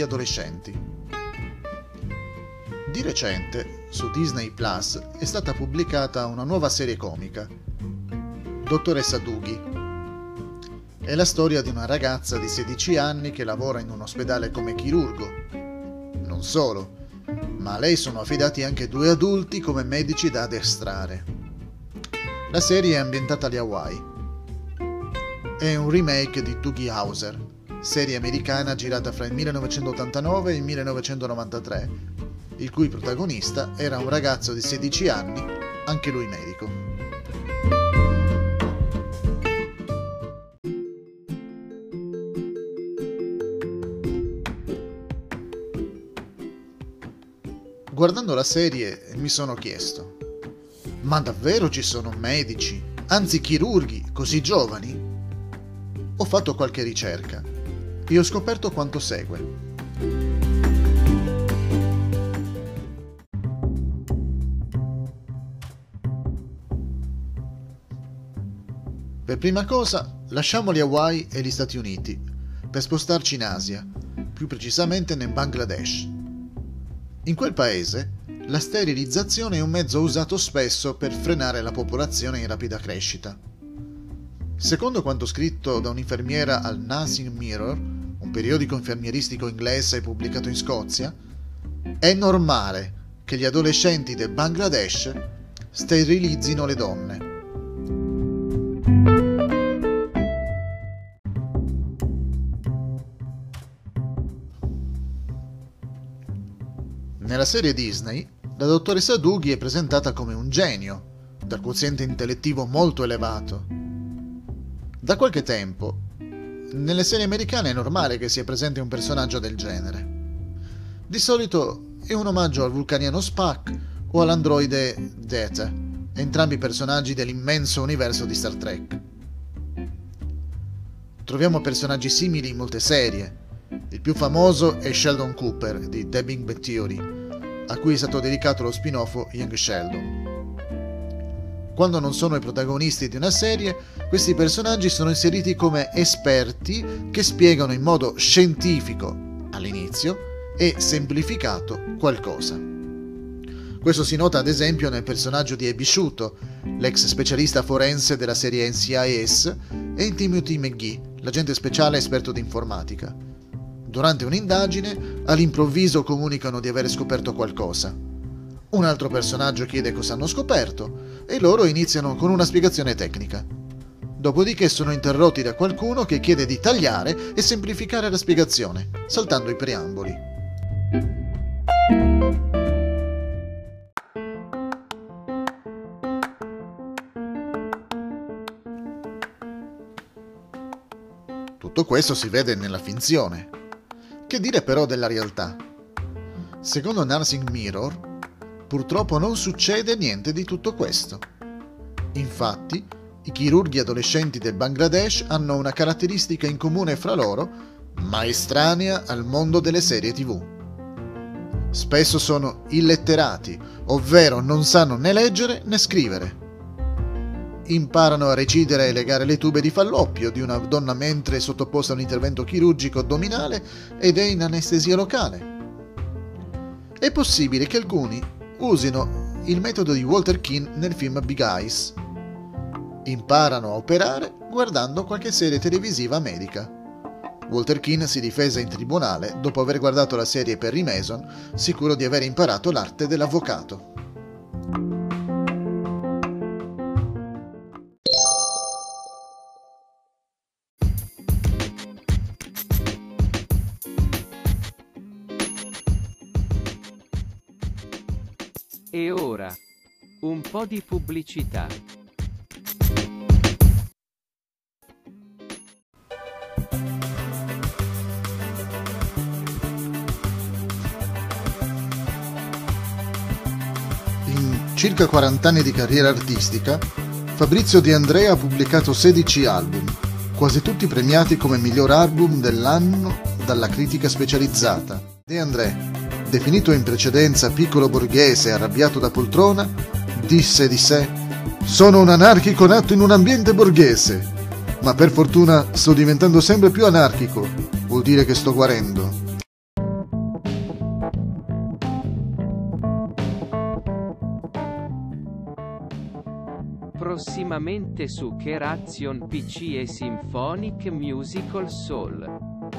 adolescenti. Di recente, su Disney Plus, è stata pubblicata una nuova serie comica, Dottoressa Doogie. È la storia di una ragazza di 16 anni che lavora in un ospedale come chirurgo. Non solo, ma a lei sono affidati anche 2 adulti come medici da addestrare. La serie è ambientata alle Hawaii. È un remake di Doogie Howser, serie americana girata fra il 1989 e il 1993, il cui protagonista era un ragazzo di 16 anni, anche lui medico. Guardando la serie mi sono chiesto: ma davvero ci sono medici, anzi chirurghi, così giovani? Ho fatto qualche ricerca e ho scoperto quanto segue. Per prima cosa, lasciamo le Hawaii e gli Stati Uniti per spostarci in Asia, più precisamente nel Bangladesh. In quel paese, la sterilizzazione è un mezzo usato spesso per frenare la popolazione in rapida crescita. Secondo quanto scritto da un'infermiera al Nursing Mirror, un periodico infermieristico inglese pubblicato in Scozia, è normale che gli adolescenti del Bangladesh sterilizzino le donne. Nella serie Disney, la dottoressa Doogie è presentata come un genio, dal quoziente intellettivo molto elevato. Da qualche tempo, nelle serie americane è normale che sia presente un personaggio del genere. Di solito è un omaggio al vulcaniano Spock o all'androide Data, entrambi personaggi dell'immenso universo di Star Trek. Troviamo personaggi simili in molte serie. Il più famoso è Sheldon Cooper di The Big Bang Theory, a cui è stato dedicato lo spin-off Young Sheldon. Quando non sono i protagonisti di una serie, questi personaggi sono inseriti come esperti che spiegano in modo scientifico, all'inizio, e semplificato qualcosa. Questo si nota ad esempio nel personaggio di Abby Sciuto, l'ex specialista forense della serie NCIS, e in Timothy McGee, l'agente speciale esperto di informatica. Durante un'indagine, all'improvviso comunicano di aver scoperto qualcosa. Un altro personaggio chiede cosa hanno scoperto e loro iniziano con una spiegazione tecnica. Dopodiché sono interrotti da qualcuno che chiede di tagliare e semplificare la spiegazione, saltando i preamboli. Tutto questo si vede nella finzione. Che dire però della realtà? Secondo Nursing Mirror, purtroppo non succede niente di tutto questo. Infatti, i chirurghi adolescenti del Bangladesh hanno una caratteristica in comune fra loro, ma estranea al mondo delle serie TV. Spesso sono illetterati, ovvero non sanno né leggere né scrivere. Imparano a recidere e legare le tube di falloppio di una donna mentre è sottoposta a un intervento chirurgico addominale ed è in anestesia locale. È possibile che alcuni usino il metodo di Walter Keane nel film Big Eyes. Imparano a operare guardando qualche serie televisiva medica. Walter Keane si difese in tribunale dopo aver guardato la serie Perry Mason, sicuro di aver imparato l'arte dell'avvocato. E ora, un po' di pubblicità. In circa 40 anni di carriera artistica, Fabrizio De André ha pubblicato 16 album, quasi tutti premiati come miglior album dell'anno dalla critica specializzata. De André, definito in precedenza piccolo borghese arrabbiato da poltrona, disse di sé: «Sono un anarchico nato in un ambiente borghese, ma per fortuna sto diventando sempre più anarchico, vuol dire che sto guarendo». Prossimamente su Keration PC e Symphonic Musical Soul.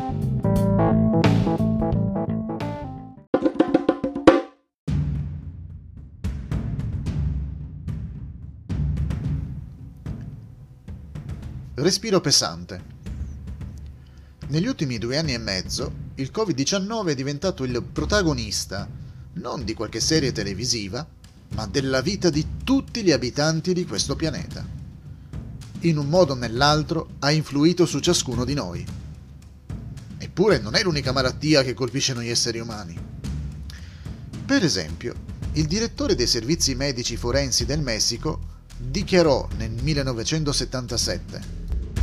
Respiro pesante. Negli ultimi 2 anni e mezzo, il Covid-19 è diventato il protagonista non di qualche serie televisiva, ma della vita di tutti gli abitanti di questo pianeta. In un modo o nell'altro ha influito su ciascuno di noi. Eppure non è l'unica malattia che colpisce noi esseri umani. Per esempio, il direttore dei servizi medici forensi del Messico dichiarò nel 1977: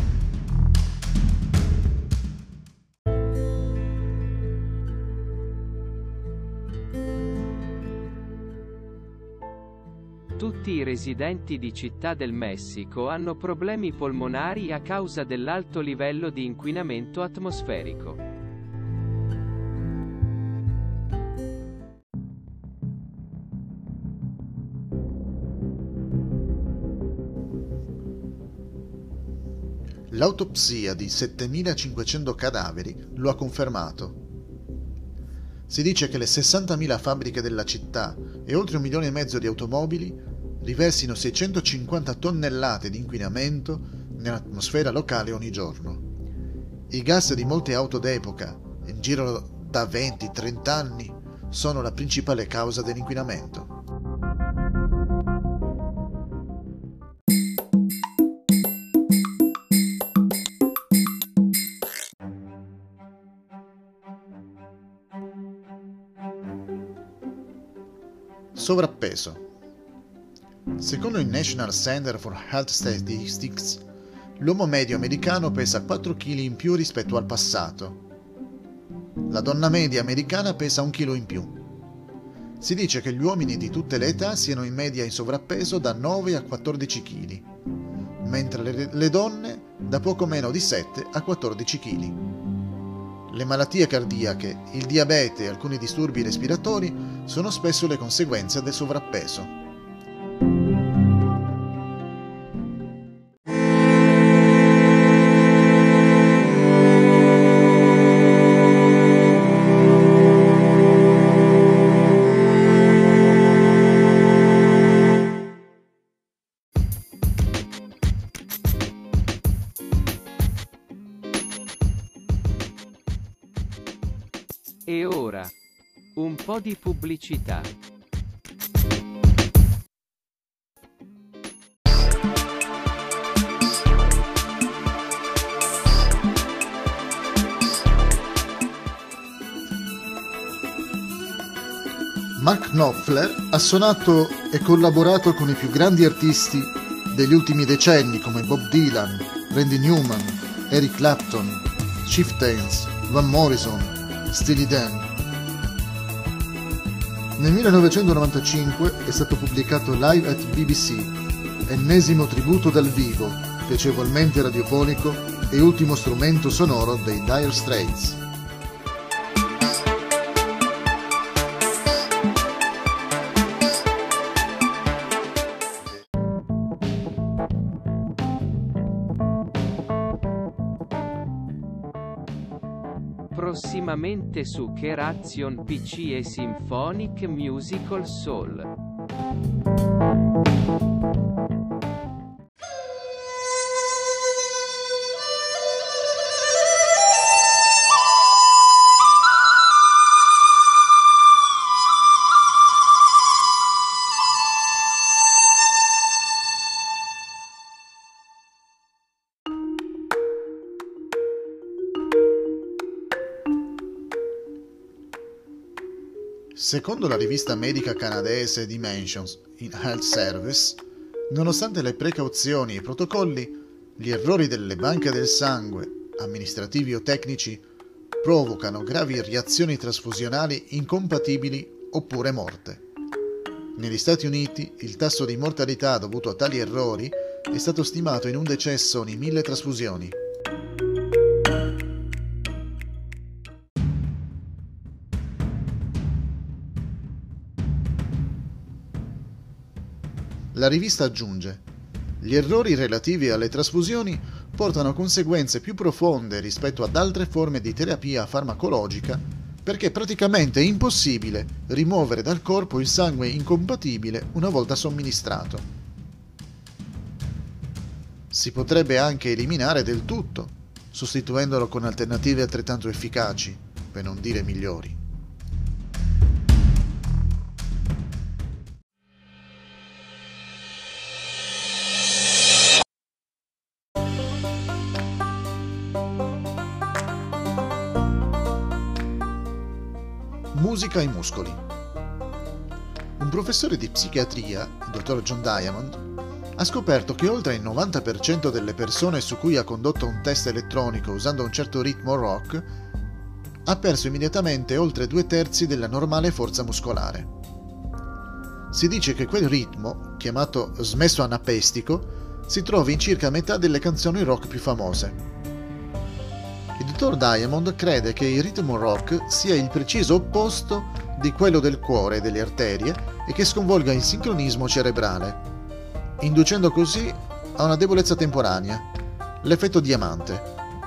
tutti i residenti di Città del Messico hanno problemi polmonari a causa dell'alto livello di inquinamento atmosferico. L'autopsia di 7.500 cadaveri lo ha confermato. Si dice che le 60.000 fabbriche della città e oltre 1,5 milioni di automobili riversino 650 tonnellate di inquinamento nell'atmosfera locale ogni giorno. I gas di molte auto d'epoca, in giro da 20-30 anni, sono la principale causa dell'inquinamento. Sovrappeso. Secondo il National Center for Health Statistics, l'uomo medio americano pesa 4 kg in più rispetto al passato. La donna media americana pesa 1 chilo in più. Si dice che gli uomini di tutte le età siano in media in sovrappeso da 9 a 14 kg, mentre le donne da poco meno di 7 a 14 kg. Le malattie cardiache, il diabete e alcuni disturbi respiratori sono spesso le conseguenze del sovrappeso. E ora, un po' di pubblicità. Mark Knopfler ha suonato e collaborato con i più grandi artisti degli ultimi decenni come Bob Dylan, Randy Newman, Eric Clapton, Chieftains, Van Morrison, Steely Dan. Nel 1995 è stato pubblicato Live at BBC, ennesimo tributo dal vivo, piacevolmente radiofonico e ultimo strumento sonoro dei Dire Straits. Prossimamente su Keration PC e Symphonic Musical Soul. Secondo la rivista medica canadese Dimensions in Health Service, nonostante le precauzioni e i protocolli, gli errori delle banche del sangue, amministrativi o tecnici, provocano gravi reazioni trasfusionali incompatibili oppure morte. Negli Stati Uniti il tasso di mortalità dovuto a tali errori è stato stimato in un decesso ogni 1000 trasfusioni. La rivista aggiunge: Gli errori relativi alle trasfusioni portano a conseguenze più profonde rispetto ad altre forme di terapia farmacologica, perché praticamente è impossibile rimuovere dal corpo il sangue incompatibile una volta somministrato. Si potrebbe anche eliminare del tutto, sostituendolo con alternative altrettanto efficaci, per non dire migliori. Musica ai muscoli. Un professore di psichiatria, il dottor John Diamond, ha scoperto che oltre il 90% delle persone su cui ha condotto un test elettronico usando un certo ritmo rock ha perso immediatamente oltre 2/3 della normale forza muscolare. Si dice che quel ritmo, chiamato smesso anapestico, si trovi in circa metà delle canzoni rock più famose. Il dottor Diamond crede che il ritmo rock sia il preciso opposto di quello del cuore e delle arterie e che sconvolga il sincronismo cerebrale, inducendo così a una debolezza temporanea, l'effetto diamante.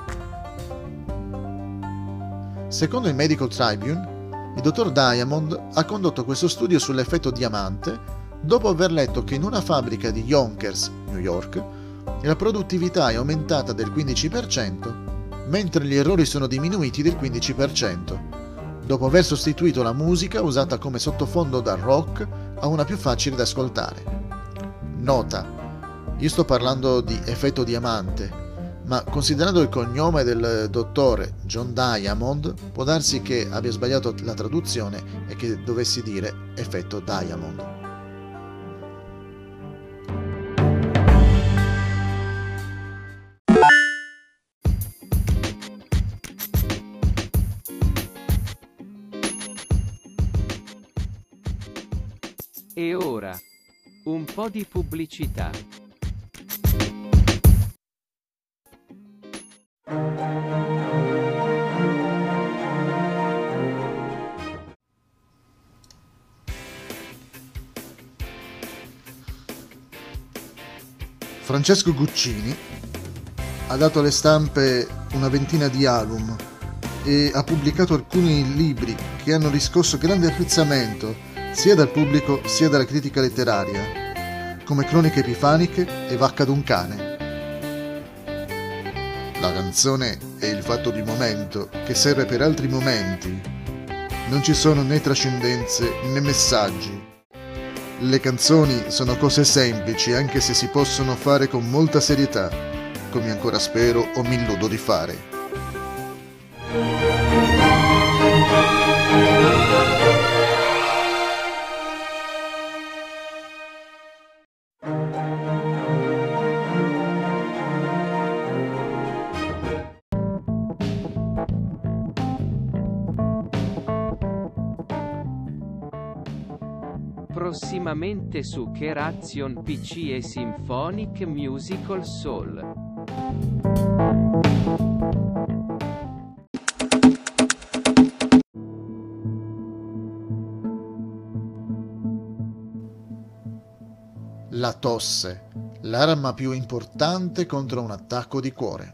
Secondo il Medical Tribune, il dottor Diamond ha condotto questo studio sull'effetto diamante dopo aver letto che in una fabbrica di Yonkers, New York, la produttività è aumentata del 15%, mentre gli errori sono diminuiti del 15%, dopo aver sostituito la musica usata come sottofondo dal rock a una più facile da ascoltare. Nota: io sto parlando di effetto diamante, ma considerando il cognome del dottore John Diamond, può darsi che abbia sbagliato la traduzione e che dovessi dire effetto Diamond. E ora, un po' di pubblicità. Francesco Guccini ha dato alle stampe una ventina di album e ha pubblicato alcuni libri che hanno riscosso grande apprezzamento sia dal pubblico sia dalla critica letteraria, come Croniche epifaniche e Vacca d'un cane. La canzone è il fatto di momento che serve per altri momenti. Non ci sono né trascendenze né messaggi. Le canzoni sono cose semplici anche se si possono fare con molta serietà, come ancora spero o mi illudo di fare. Prossimamente su Keration PC e Symphonic Musical Soul. La tosse, l'arma più importante contro un attacco di cuore.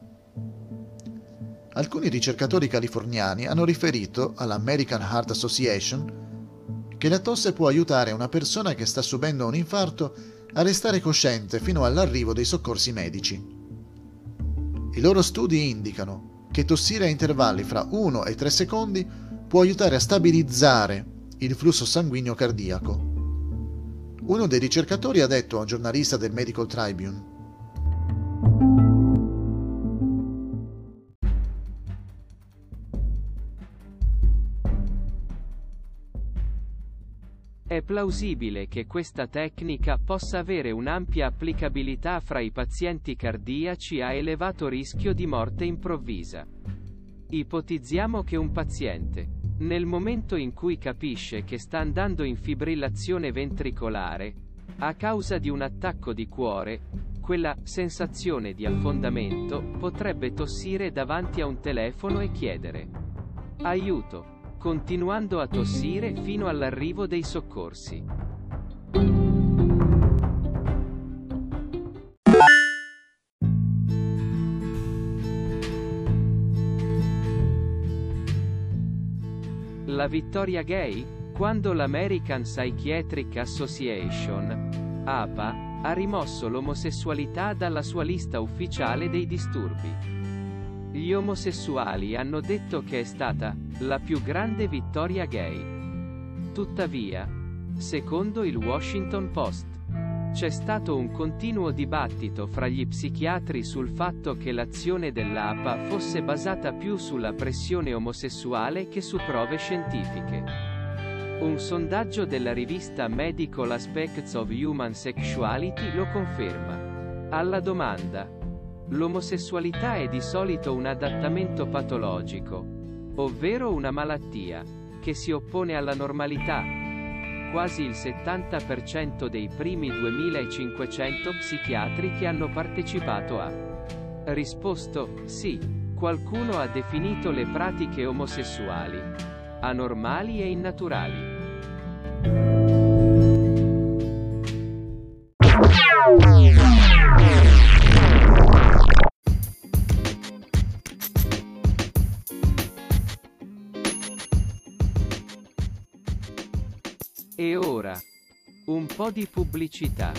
Alcuni ricercatori californiani hanno riferito all'American Heart Association che la tosse può aiutare una persona che sta subendo un infarto a restare cosciente fino all'arrivo dei soccorsi medici. I loro studi indicano che tossire a intervalli fra 1 e 3 secondi può aiutare a stabilizzare il flusso sanguigno cardiaco. Uno dei ricercatori ha detto a un giornalista del Medical Tribune: è plausibile che questa tecnica possa avere un'ampia applicabilità fra i pazienti cardiaci a elevato rischio di morte improvvisa. Ipotizziamo che un paziente, nel momento in cui capisce che sta andando in fibrillazione ventricolare, a causa di un attacco di cuore, quella sensazione di affondamento potrebbe tossire davanti a un telefono e chiedere aiuto, continuando a tossire fino all'arrivo dei soccorsi. La vittoria gay? Quando l'American Psychiatric Association, APA, ha rimosso l'omosessualità dalla sua lista ufficiale dei disturbi. Gli omosessuali hanno detto che è stata la più grande vittoria gay. Tuttavia, secondo il Washington Post, c'è stato un continuo dibattito fra gli psichiatri sul fatto che l'azione dell'APA fosse basata più sulla pressione omosessuale che su prove scientifiche. Un sondaggio della rivista Medical Aspects of Human Sexuality lo conferma. Alla domanda: l'omosessualità è di solito un adattamento patologico, ovvero una malattia, che si oppone alla normalità? Quasi il 70% dei primi 2500 psichiatri che hanno partecipato ha risposto sì. Qualcuno ha definito le pratiche omosessuali anormali e innaturali. E ora, un po' di pubblicità.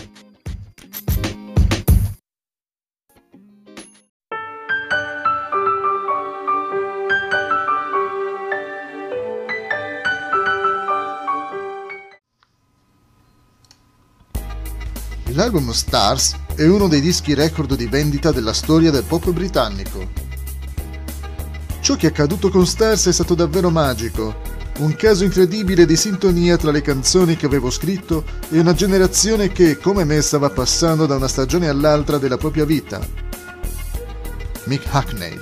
L'album Stars è uno dei dischi record di vendita della storia del pop britannico. Ciò che è accaduto con Stars è stato davvero magico. Un caso incredibile di sintonia tra le canzoni che avevo scritto e una generazione che, come me, stava passando da una stagione all'altra della propria vita. Mick Hackney.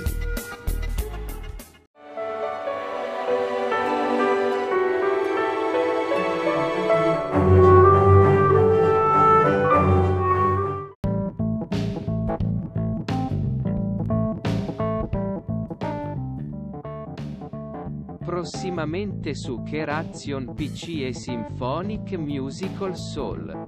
Prossimamente su Keration PC e Symphonic Musical Soul.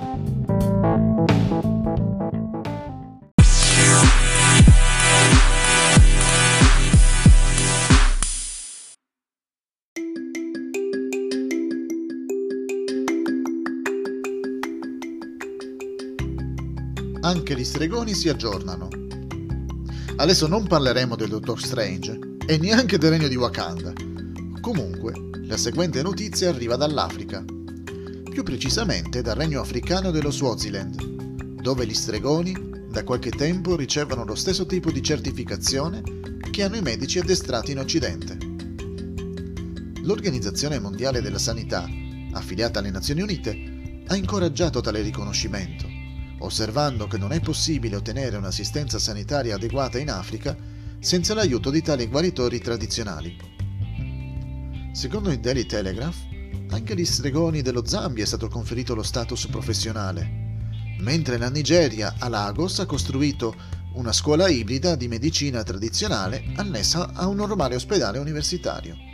Anche gli stregoni si aggiornano. Adesso non parleremo del Dottor Strange e neanche del regno di Wakanda. Comunque, la seguente notizia arriva dall'Africa, più precisamente dal regno africano dello Swaziland, dove gli stregoni da qualche tempo ricevono lo stesso tipo di certificazione che hanno i medici addestrati in Occidente. L'Organizzazione Mondiale della Sanità, affiliata alle Nazioni Unite, ha incoraggiato tale riconoscimento, osservando che non è possibile ottenere un'assistenza sanitaria adeguata in Africa senza l'aiuto di tali guaritori tradizionali. Secondo il Daily Telegraph, anche agli stregoni dello Zambia è stato conferito lo status professionale, mentre la Nigeria a Lagos ha costruito una scuola ibrida di medicina tradizionale annessa a un normale ospedale universitario.